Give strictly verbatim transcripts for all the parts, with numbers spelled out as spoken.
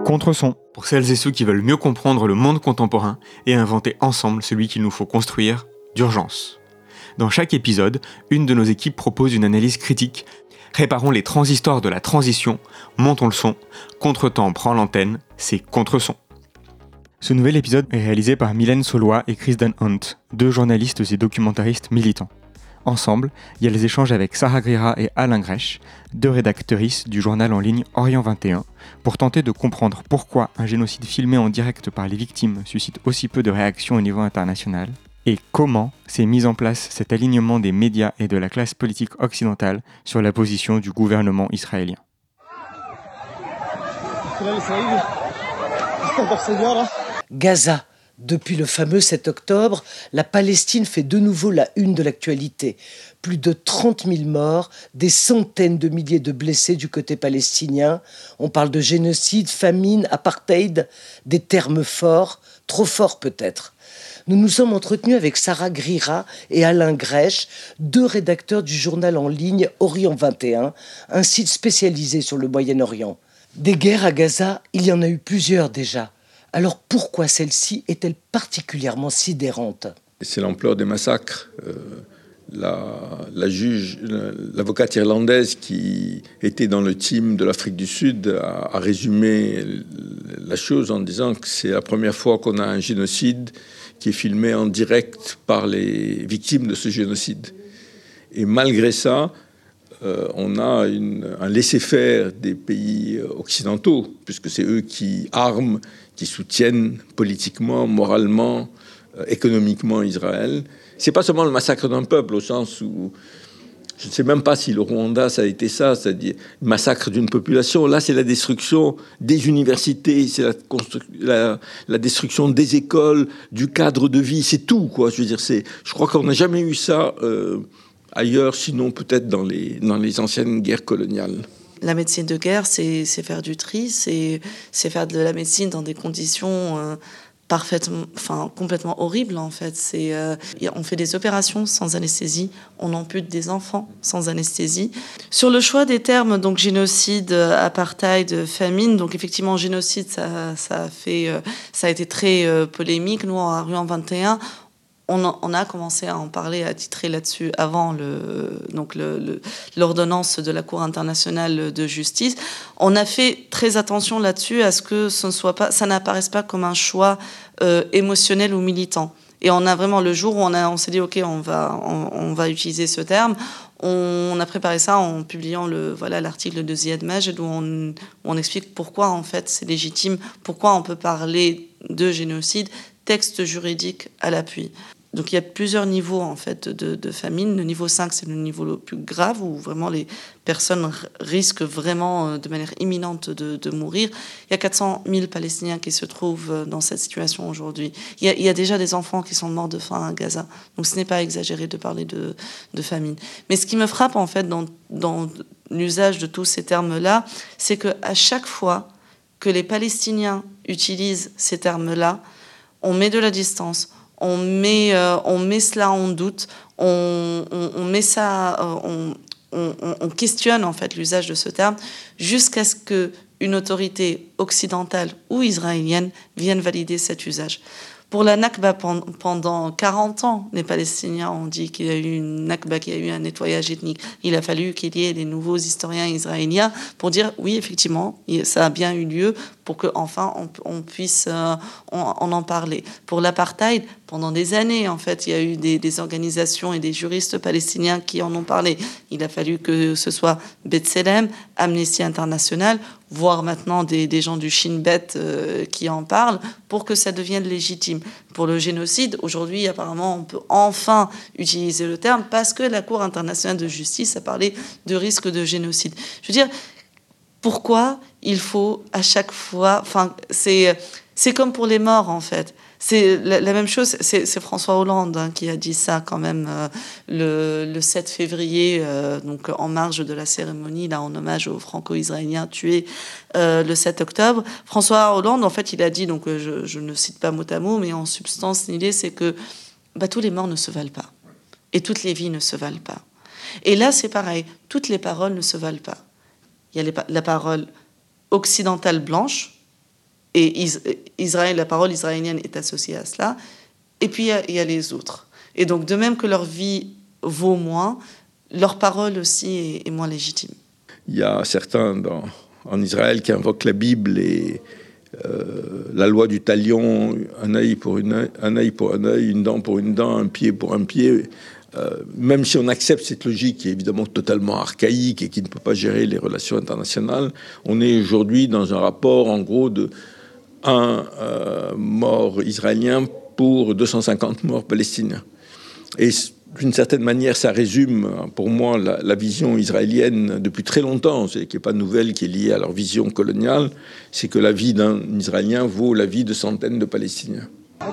Contreson, pour celles et ceux qui veulent mieux comprendre le monde contemporain et inventer ensemble celui qu'il nous faut construire d'urgence. Dans chaque épisode, une de nos équipes propose une analyse critique. Réparons les transistors de la transition, montons le son, Contretemps prend l'antenne, c'est Contreson. Ce nouvel épisode est réalisé par Mylène Saulois et Chris Dan Hunt, deux journalistes et documentaristes militants. Ensemble, ils échangent avec Sarah Grira et Alain Grèche, deux rédactrices du journal en ligne Orient vingt et un, pour tenter de comprendre pourquoi un génocide filmé en direct par les victimes suscite aussi peu de réactions au niveau international, et comment s'est mis en place cet alignement des médias et de la classe politique occidentale sur la position du gouvernement israélien. Gaza. Depuis le fameux sept octobre, la Palestine fait de nouveau la une de l'actualité. Plus de trente mille morts, des centaines de milliers de blessés du côté palestinien. On parle de génocide, famine, apartheid, des termes forts, trop forts peut-être. Nous nous sommes entretenus avec Sarah Grira et Alain Grèche, deux rédacteurs du journal en ligne Orient vingt et un, un site spécialisé sur le Moyen-Orient. Des guerres à Gaza, il y en a eu plusieurs déjà. Alors pourquoi celle-ci est-elle particulièrement sidérante ? C'est l'ampleur des massacres. Euh, la, la juge, l'avocate irlandaise qui était dans le team de l'Afrique du Sud a, a résumé la chose en disant que c'est la première fois qu'on a un génocide qui est filmé en direct par les victimes de ce génocide. Et malgré ça, Euh, on a une, un laisser-faire des pays occidentaux, puisque c'est eux qui arment, qui soutiennent politiquement, moralement, euh, économiquement Israël. C'est pas seulement le massacre d'un peuple, au sens où je ne sais même pas si le Rwanda ça a été ça, c'est-à-dire le massacre d'une population. Là, c'est la destruction des universités, c'est la, constru- la, la destruction des écoles, du cadre de vie, c'est tout, quoi. Je veux dire, c'est, je crois qu'on n'a jamais eu ça. Euh, ailleurs, sinon peut-être dans les, dans les anciennes guerres coloniales. La médecine de guerre, c'est, c'est faire du tri, c'est, c'est faire de la médecine dans des conditions euh, parfaitement, enfin complètement horribles en fait. C'est, euh, on fait des opérations sans anesthésie, on ampute des enfants sans anesthésie. Sur le choix des termes, donc génocide, apartheid, famine, donc effectivement génocide, ça, ça a fait, euh, ça a été très euh, polémique. Nous, en Orient vingt et un, On, on a commencé à en parler, à titrer là-dessus avant le, donc le, le, l'ordonnance de la Cour internationale de justice. On a fait très attention là-dessus à ce que ce ne soit pas, ça n'apparaisse pas comme un choix euh, émotionnel ou militant. Et on a vraiment, le jour où on, a, on s'est dit, OK, on va, on, on va utiliser ce terme, on, on a préparé ça en publiant le, voilà, l'article de Ziad Majed où on, où on explique pourquoi, en fait, c'est légitime, pourquoi on peut parler de génocide, texte juridique à l'appui. Donc il y a plusieurs niveaux en fait de, de famine. Le niveau cinq, c'est le niveau le plus grave où vraiment les personnes r- risquent vraiment de manière imminente de, de mourir. Il y a quatre cent mille Palestiniens qui se trouvent dans cette situation aujourd'hui. Il y a, il y a déjà des enfants qui sont morts de faim à Gaza. Donc ce n'est pas exagéré de parler de, de famine. Mais ce qui me frappe en fait dans, dans l'usage de tous ces termes-là, c'est qu'à chaque fois que les Palestiniens utilisent ces termes-là, on met de la distance. On met, euh, on met cela en doute, on, on, on met ça, euh, on, on, on questionne en fait l'usage de ce terme jusqu'à ce qu'une autorité occidentale ou israélienne vienne valider cet usage. Pour la Nakba, pendant quarante ans, les Palestiniens ont dit qu'il y a eu une Nakba, qu'il y a eu un nettoyage ethnique. Il a fallu qu'il y ait des nouveaux historiens israéliens pour dire oui, effectivement, ça a bien eu lieu pour qu'enfin on, on puisse euh, on, on en parler. Pour l'apartheid, pendant des années, en fait, il y a eu des, des organisations et des juristes palestiniens qui en ont parlé. Il a fallu que ce soit B'Tselem, Amnesty International, voire maintenant des, des gens du Shin Bet euh, qui en parlent, pour que ça devienne légitime. Pour le génocide, aujourd'hui, apparemment, on peut enfin utiliser le terme parce que la Cour internationale de justice a parlé de risque de génocide. Je veux dire, pourquoi il faut à chaque fois... Enfin, c'est, c'est comme pour les morts, en fait. C'est la, la même chose, c'est, c'est François Hollande hein, qui a dit ça quand même euh, le, le sept février, euh, donc en marge de la cérémonie, là, en hommage aux Franco-Israéliens tués euh, le sept octobre. François Hollande, en fait, il a dit, donc je, je ne cite pas mot à mot, mais en substance, l'idée, c'est que bah, tous les morts ne se valent pas. Et toutes les vies ne se valent pas. Et là, c'est pareil, toutes les paroles ne se valent pas. Il y a les, la parole occidentale blanche, Et Israël, la parole israélienne est associée à cela. Et puis, il y a, il y a les autres. Et donc, de même que leur vie vaut moins, leur parole aussi est, est moins légitime. Il y a certains dans, en Israël qui invoquent la Bible et euh, la loi du talion, un œil pour une œil, un œil pour un œil, une dent pour une dent, un pied pour un pied. Euh, même si on accepte cette logique qui est évidemment totalement archaïque et qui ne peut pas gérer les relations internationales, on est aujourd'hui dans un rapport en gros de un euh, mort israélien pour deux cent cinquante morts palestiniens. Et d'une certaine manière, ça résume pour moi la, la vision israélienne depuis très longtemps, c'est, qui n'est pas nouvelle, qui est liée à leur vision coloniale, c'est que la vie d'un Israélien vaut la vie de centaines de Palestiniens.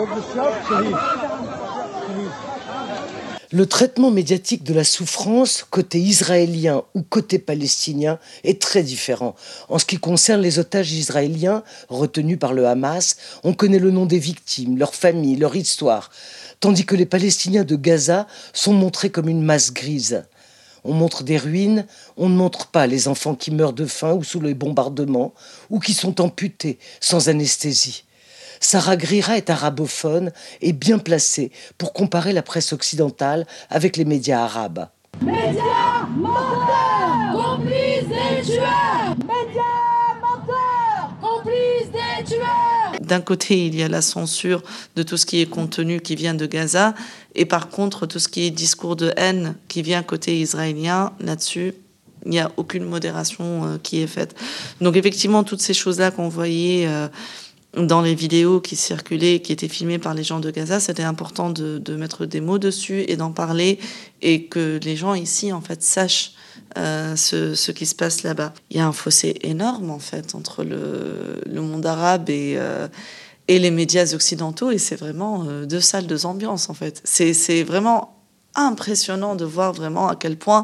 Le traitement médiatique de la souffrance, côté israélien ou côté palestinien, est très différent. En ce qui concerne les otages israéliens retenus par le Hamas, on connaît le nom des victimes, leurs familles, leur histoire, tandis que les Palestiniens de Gaza sont montrés comme une masse grise. On montre des ruines, on ne montre pas les enfants qui meurent de faim ou sous les bombardements, ou qui sont amputés sans anesthésie. Sarah Grira est arabophone et bien placée pour comparer la presse occidentale avec les médias arabes. Médias menteurs, complices des tueurs. Médias menteurs, complices des tueurs. D'un côté, il y a la censure de tout ce qui est contenu qui vient de Gaza, et par contre, tout ce qui est discours de haine qui vient côté israélien, là-dessus, il n'y a aucune modération qui est faite. Donc effectivement, toutes ces choses-là qu'on voyait euh, dans les vidéos qui circulaient, qui étaient filmées par les gens de Gaza, c'était important de, de mettre des mots dessus et d'en parler, et que les gens ici, en fait, sachent euh, ce, ce qui se passe là-bas. Il y a un fossé énorme, en fait, entre le, le monde arabe et, euh, et les médias occidentaux, et c'est vraiment euh, deux salles, deux ambiances, en fait. C'est, c'est vraiment impressionnant de voir vraiment à quel point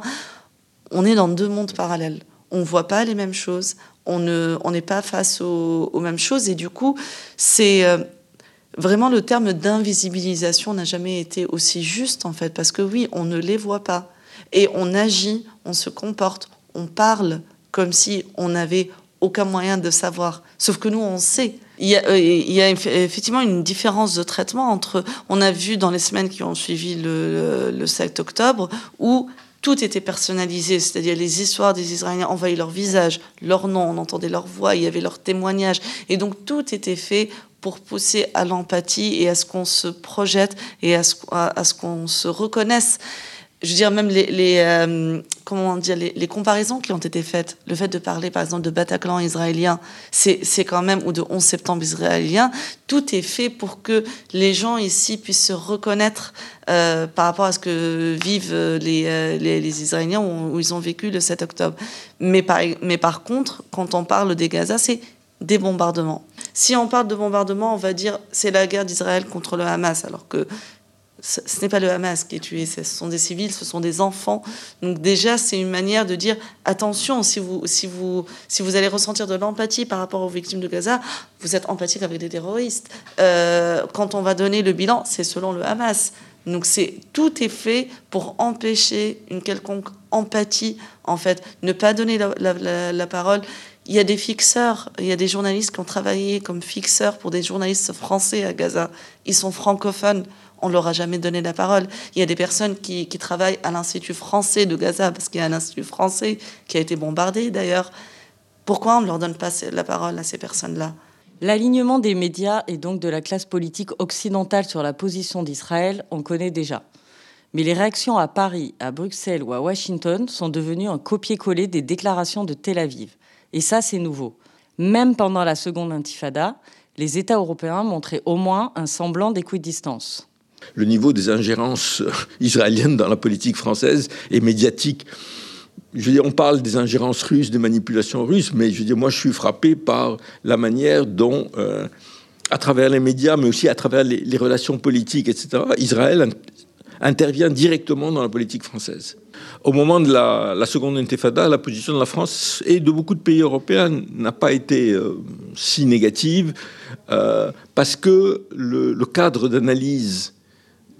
on est dans deux mondes parallèles. On ne voit pas les mêmes choses, on ne, on n'est pas face aux, aux mêmes choses, et du coup, c'est euh, vraiment le terme d'invisibilisation n'a jamais été aussi juste, en fait, parce que oui, on ne les voit pas, et on agit, on se comporte, on parle comme si on n'avait aucun moyen de savoir, sauf que nous, on sait. Il y a, euh, il y a effectivement une différence de traitement entre, on a vu dans les semaines qui ont suivi le, le, le sept octobre, où tout était personnalisé, c'est-à-dire les histoires des Israéliens, on voyait leur visage, leur nom, on entendait leur voix, il y avait leurs témoignages. Et donc tout était fait pour pousser à l'empathie et à ce qu'on se projette et à ce, à, à ce qu'on se reconnaisse. Je veux dire, même les, les, euh, comment dire, les, les comparaisons qui ont été faites, le fait de parler par exemple de Bataclan israélien, c'est, c'est quand même, ou de onze septembre israélien, tout est fait pour que les gens ici puissent se reconnaître euh, par rapport à ce que vivent les, euh, les, les Israéliens où, où ils ont vécu le sept octobre. Mais par, mais par contre, quand on parle des Gaza, c'est des bombardements. Si on parle de bombardements, on va dire c'est la guerre d'Israël contre le Hamas, alors que ce n'est pas le Hamas qui est tué, ce sont des civils, ce sont des enfants. Donc déjà, c'est une manière de dire attention, si vous, si vous, si vous allez ressentir de l'empathie par rapport aux victimes de Gaza, vous êtes empathique avec des terroristes. Euh, quand on va donner le bilan, c'est selon le Hamas. Donc c'est, tout est fait pour empêcher une quelconque empathie, en fait. Ne pas donner la, la, la, la parole. Il y a des fixeurs, il y a des journalistes qui ont travaillé comme fixeurs pour des journalistes français à Gaza. Ils sont francophones. On ne leur a jamais donné la parole. Il y a des personnes qui, qui travaillent à l'Institut français de Gaza, parce qu'il y a un institut français qui a été bombardé d'ailleurs. Pourquoi on ne leur donne pas la parole à ces personnes-là ? L'alignement des médias et donc de la classe politique occidentale sur la position d'Israël, on connaît déjà. Mais les réactions à Paris, à Bruxelles ou à Washington sont devenues un copier-coller des déclarations de Tel Aviv. Et ça, c'est nouveau. Même pendant la seconde intifada, les États européens montraient au moins un semblant d'équidistance. Le niveau des ingérences israéliennes dans la politique française est médiatique. Je veux dire, on parle des ingérences russes, des manipulations russes, mais je veux dire, moi, je suis frappé par la manière dont, euh, à travers les médias, mais aussi à travers les, les relations politiques, et cetera, Israël intervient directement dans la politique française. Au moment de la, la seconde intifada, la position de la France et de beaucoup de pays européens n'a pas été euh, si négative, euh, parce que le, le cadre d'analyse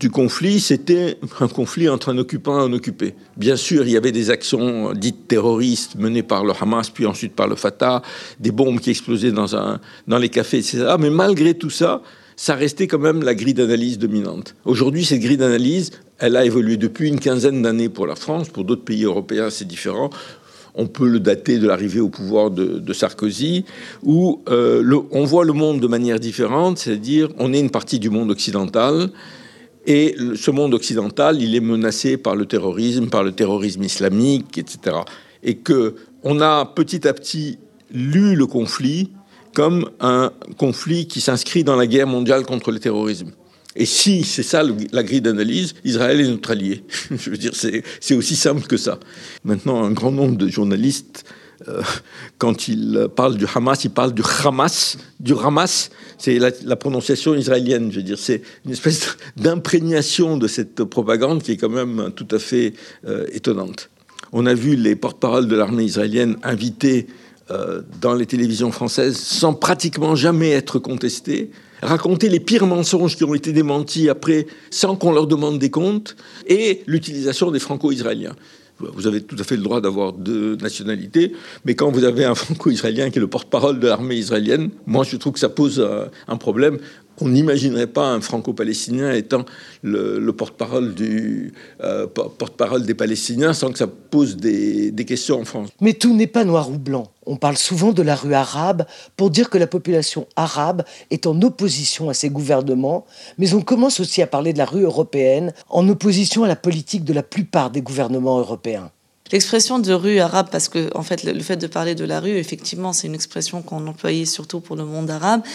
du conflit, c'était un conflit entre un occupant et un occupé. Bien sûr, il y avait des actions dites terroristes menées par le Hamas, puis ensuite par le Fatah, des bombes qui explosaient dans, un, dans les cafés, et cetera. Mais malgré tout ça, ça restait quand même la grille d'analyse dominante. Aujourd'hui, cette grille d'analyse, elle a évolué depuis une quinzaine d'années pour la France. Pour d'autres pays européens, c'est différent. On peut le dater de l'arrivée au pouvoir de, de Sarkozy, où euh, le, on voit le monde de manière différente, c'est-à-dire on est une partie du monde occidental, et ce monde occidental, il est menacé par le terrorisme, par le terrorisme islamique, et cetera. Et qu'on a petit à petit lu le conflit comme un conflit qui s'inscrit dans la guerre mondiale contre le terrorisme. Et si c'est ça la grille d'analyse, Israël est notre allié. Je veux dire, c'est, c'est aussi simple que ça. Maintenant, un grand nombre de journalistes, euh, quand ils parlent du Hamas, ils parlent du Hamas, du Hamas. C'est la, la prononciation israélienne. Je veux dire, c'est une espèce d'imprégnation de cette propagande qui est quand même tout à fait euh, étonnante. On a vu les porte-paroles de l'armée israélienne invités euh, dans les télévisions françaises sans pratiquement jamais être contestés, raconter les pires mensonges qui ont été démentis après sans qu'on leur demande des comptes, et l'utilisation des franco-israéliens. Vous avez tout à fait le droit d'avoir deux nationalités, mais quand vous avez un franco-israélien qui est le porte-parole de l'armée israélienne, moi je trouve que ça pose un problème. On n'imaginerait pas un franco-palestinien étant le, le porte-parole, du, euh, porte-parole des Palestiniens sans que ça pose des, des questions en France. Mais tout n'est pas noir ou blanc. On parle souvent de la rue arabe pour dire que la population arabe est en opposition à ces gouvernements, mais on commence aussi à parler de la rue européenne en opposition à la politique de la plupart des gouvernements européens. L'expression de rue arabe, parce que en fait, le fait de parler de la rue, effectivement, c'est une expression qu'on employait surtout pour le monde arabe.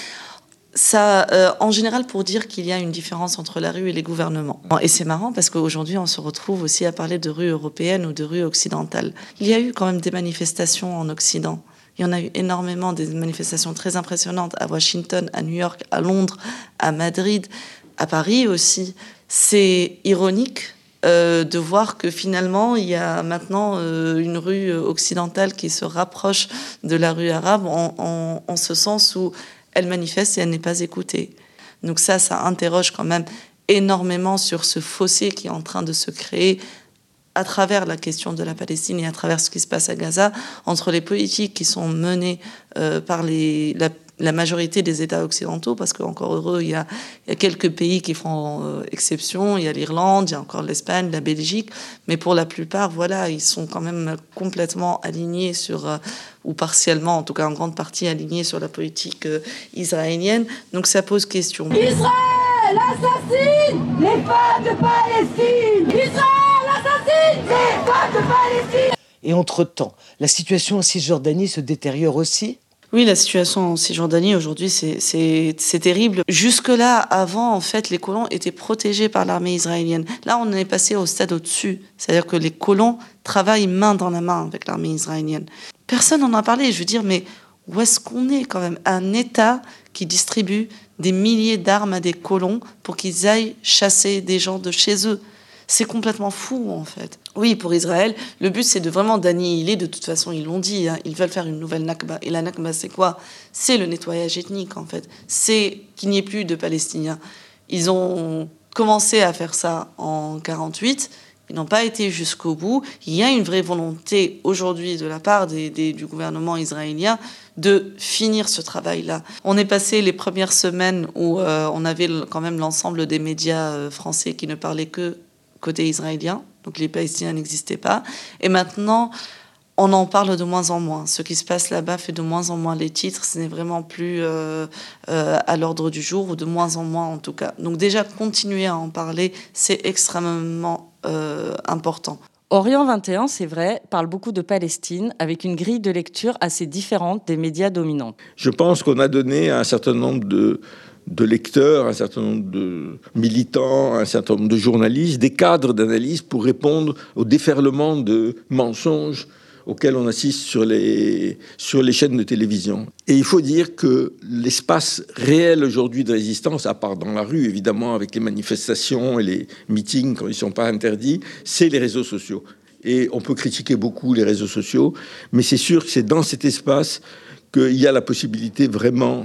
Ça, euh, en général, pour dire qu'il y a une différence entre la rue et les gouvernements. Et c'est marrant parce qu'aujourd'hui, on se retrouve aussi à parler de rue européenne ou de rue occidentale. Il y a eu quand même des manifestations en Occident. Il y en a eu énormément, des manifestations très impressionnantes à Washington, à New York, à Londres, à Madrid, à Paris aussi. C'est ironique euh, de voir que finalement, il y a maintenant euh, une rue occidentale qui se rapproche de la rue arabe en, en, en ce sens où elle manifeste et elle n'est pas écoutée. Donc ça, ça interroge quand même énormément sur ce fossé qui est en train de se créer à travers la question de la Palestine et à travers ce qui se passe à Gaza, entre les politiques qui sont menées euh, par les, la, la majorité des États occidentaux, parce qu'encore heureux, il y a, il y a quelques pays qui font euh, exception, il y a l'Irlande, il y a encore l'Espagne, la Belgique, mais pour la plupart, voilà, ils sont quand même complètement alignés sur... Euh, ou partiellement, en tout cas en grande partie, alignés sur la politique euh, israélienne. Donc ça pose question. Israël assassine les femmes de Palestine. Israël assassine les femmes de Palestine. Et entre-temps, la situation en Cisjordanie se détériore aussi ? Oui, la situation en Cisjordanie aujourd'hui, c'est, c'est, c'est terrible. Jusque-là, avant, en fait, les colons étaient protégés par l'armée israélienne. Là, on est passé au stade au-dessus. C'est-à-dire que les colons travaillent main dans la main avec l'armée israélienne. Personne n'en a parlé. Je veux dire, mais où est-ce qu'on est quand même ? Un État qui distribue des milliers d'armes à des colons pour qu'ils aillent chasser des gens de chez eux. C'est complètement fou, en fait. Oui, pour Israël, le but, c'est de vraiment d'annihiler. De toute façon, ils l'ont dit, hein, ils veulent faire une nouvelle Nakba. Et la Nakba, c'est quoi ? C'est le nettoyage ethnique, en fait. C'est qu'il n'y ait plus de Palestiniens. Ils ont commencé à faire ça en quarante-huit. Ils n'ont pas été jusqu'au bout. Il y a une vraie volonté aujourd'hui de la part des, des, du gouvernement israélien de finir ce travail-là. On est passé les premières semaines où euh, on avait quand même l'ensemble des médias euh, français qui ne parlaient que côté israélien, donc les Palestiniens n'existaient pas. Et maintenant, on en parle de moins en moins. Ce qui se passe là-bas fait de moins en moins les titres. Ce n'est vraiment plus euh, euh, à l'ordre du jour, ou de moins en moins en tout cas. Donc déjà, continuer à en parler, c'est extrêmement euh, important. Orient vingt et un, c'est vrai, parle beaucoup de Palestine, avec une grille de lecture assez différente des médias dominants. Je pense qu'on a donné à un certain nombre de... de lecteurs, un certain nombre de militants, un certain nombre de journalistes, des cadres d'analyse pour répondre au déferlement de mensonges auxquels on assiste sur les, sur les chaînes de télévision. Et il faut dire que l'espace réel aujourd'hui de résistance, à part dans la rue, évidemment, avec les manifestations et les meetings quand ils ne sont pas interdits, c'est les réseaux sociaux. Et on peut critiquer beaucoup les réseaux sociaux, mais c'est sûr que c'est dans cet espace qu'il y a la possibilité vraiment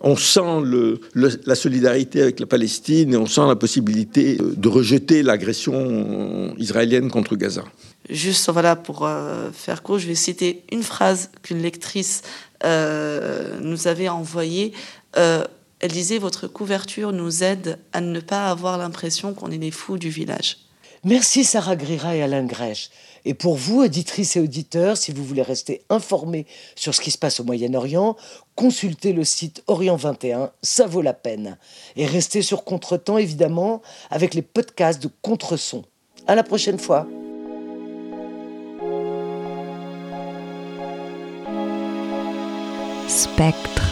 On sent le, le, la solidarité avec la Palestine et on sent la possibilité de rejeter l'agression israélienne contre Gaza. Juste voilà, pour euh, faire court, je vais citer une phrase qu'une lectrice euh, nous avait envoyée. Euh, elle disait « Votre couverture nous aide à ne pas avoir l'impression qu'on est les fous du village ». Merci Sarah Grira et Alain Grèche. Et pour vous, auditrices et auditeurs, si vous voulez rester informés sur ce qui se passe au Moyen-Orient, consultez le site Orient vingt et un, ça vaut la peine. Et restez sur Contretemps, évidemment, avec les podcasts de Contreson. À la prochaine fois. Spectre.